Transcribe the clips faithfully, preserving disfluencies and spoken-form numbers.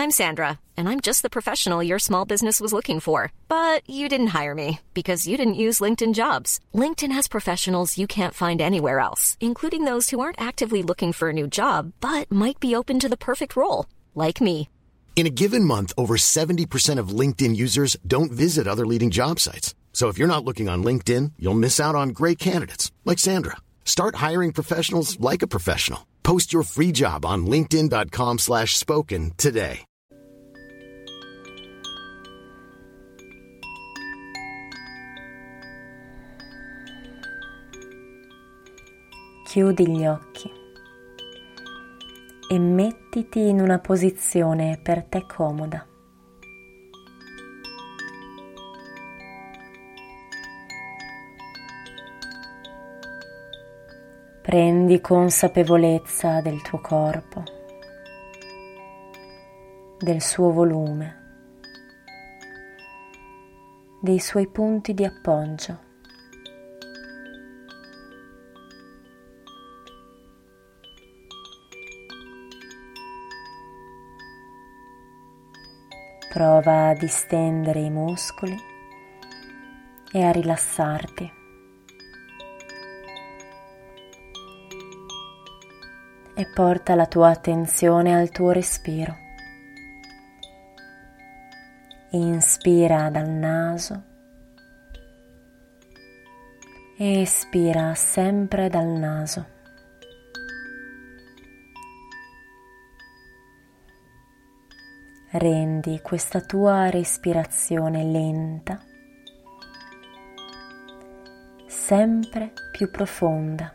I'm Sandra, and I'm just the professional your small business was looking for. But you didn't hire me because you didn't use LinkedIn Jobs. LinkedIn has professionals you can't find anywhere else, including those who aren't actively looking for a new job, but might be open to the perfect role, like me. In a given month, over seventy percent of LinkedIn users don't visit other leading job sites. So if you're not looking on LinkedIn, you'll miss out on great candidates like Sandra. Start hiring professionals like a professional. Post your free job on linkedin dot com slash spoken today. Chiudi gli occhi e mettiti in una posizione per te comoda. Prendi consapevolezza del tuo corpo, del suo volume, dei suoi punti di appoggio. Prova a distendere i muscoli e a rilassarti. E porta la tua attenzione al tuo respiro. Inspira dal naso e espira sempre dal naso. Rendi questa tua respirazione lenta, sempre più profonda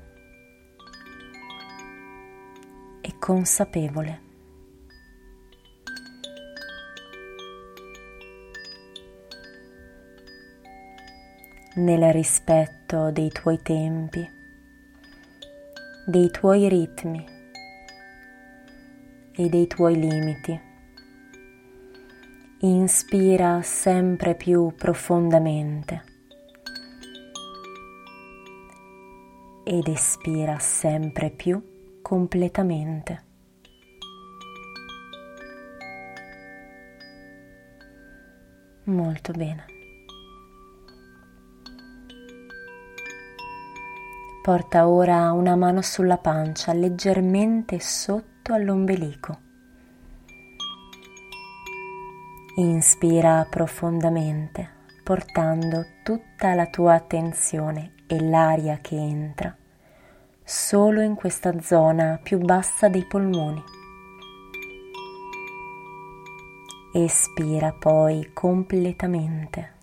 e consapevole. Nel rispetto dei tuoi tempi, dei tuoi ritmi e dei tuoi limiti. Inspira sempre più profondamente ed espira sempre più completamente. Molto bene. Porta ora una mano sulla pancia, leggermente sotto all'ombelico. Inspira profondamente, portando tutta la tua attenzione e l'aria che entra solo in questa zona più bassa dei polmoni. Espira poi completamente.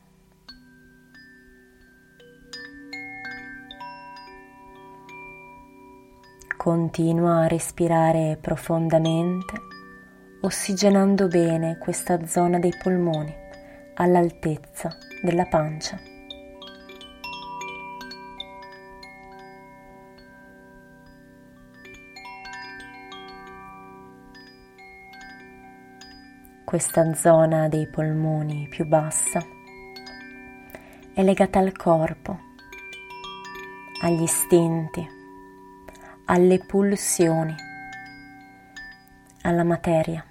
Continua a respirare profondamente, ossigenando bene questa zona dei polmoni all'altezza della pancia. Questa zona dei polmoni più bassa è legata al corpo, agli istinti, alle pulsioni, alla materia.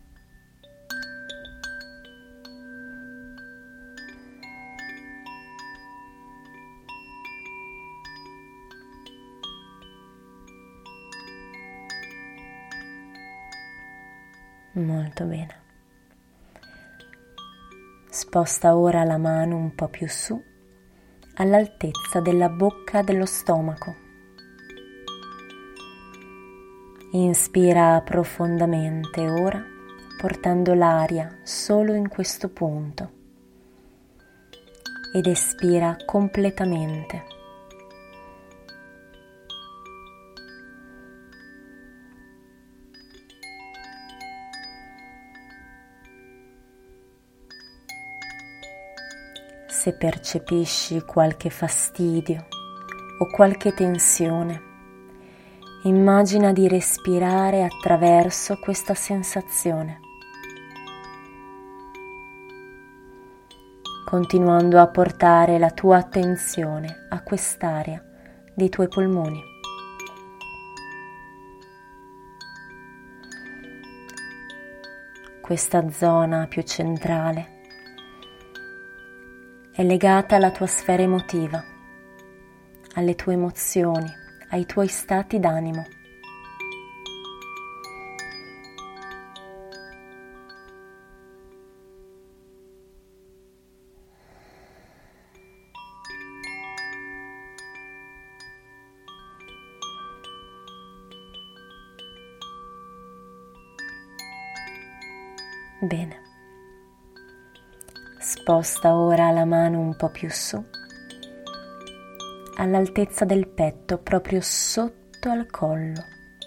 Molto bene. Sposta ora la mano un po' più su, all'altezza della bocca dello stomaco. Inspira profondamente ora, portando l'aria solo in questo punto, ed espira completamente. Se percepisci qualche fastidio o qualche tensione, immagina di respirare attraverso questa sensazione, continuando a portare la tua attenzione a quest'area dei tuoi polmoni. questa zona più centrale è legata alla tua sfera emotiva, alle tue emozioni, ai tuoi stati d'animo. Bene. Sposta ora la mano un po' più su, all'altezza del petto, proprio sotto al collo.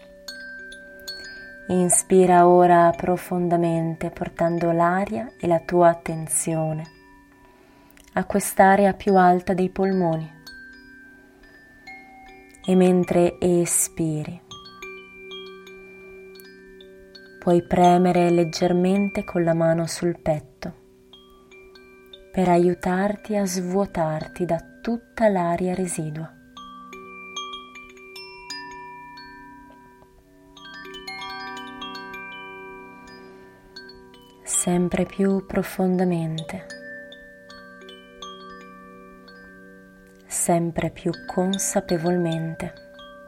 Inspira ora profondamente, portando l'aria e la tua attenzione a quest'area più alta dei polmoni. E mentre espiri, puoi premere leggermente con la mano sul petto per aiutarti a svuotarti da tutta l'aria residua. Sempre più profondamente, sempre più consapevolmente.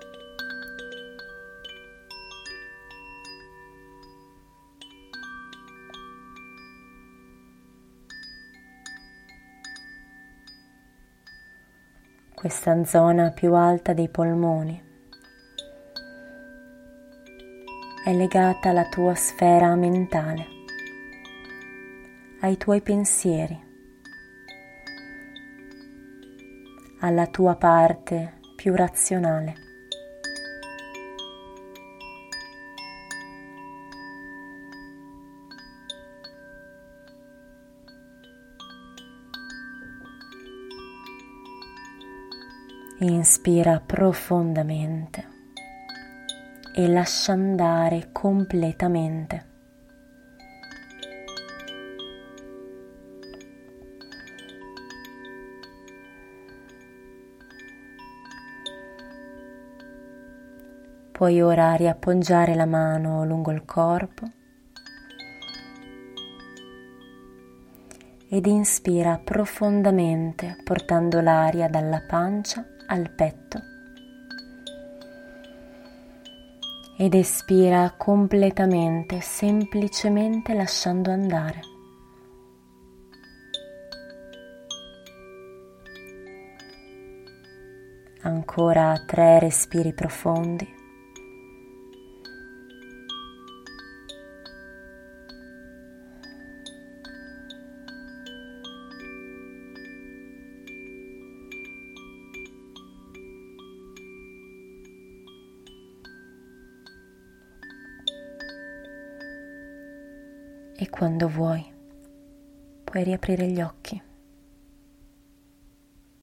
Questa zona più alta dei polmoni è legata alla tua sfera mentale, ai tuoi pensieri, alla tua parte più razionale. Inspira profondamente e lascia andare completamente. Puoi ora riappoggiare la mano lungo il corpo ed inspira profondamente, portando l'aria dalla pancia al petto, ed espira completamente, semplicemente lasciando andare. Ancora tre respiri profondi. E quando vuoi, puoi riaprire gli occhi.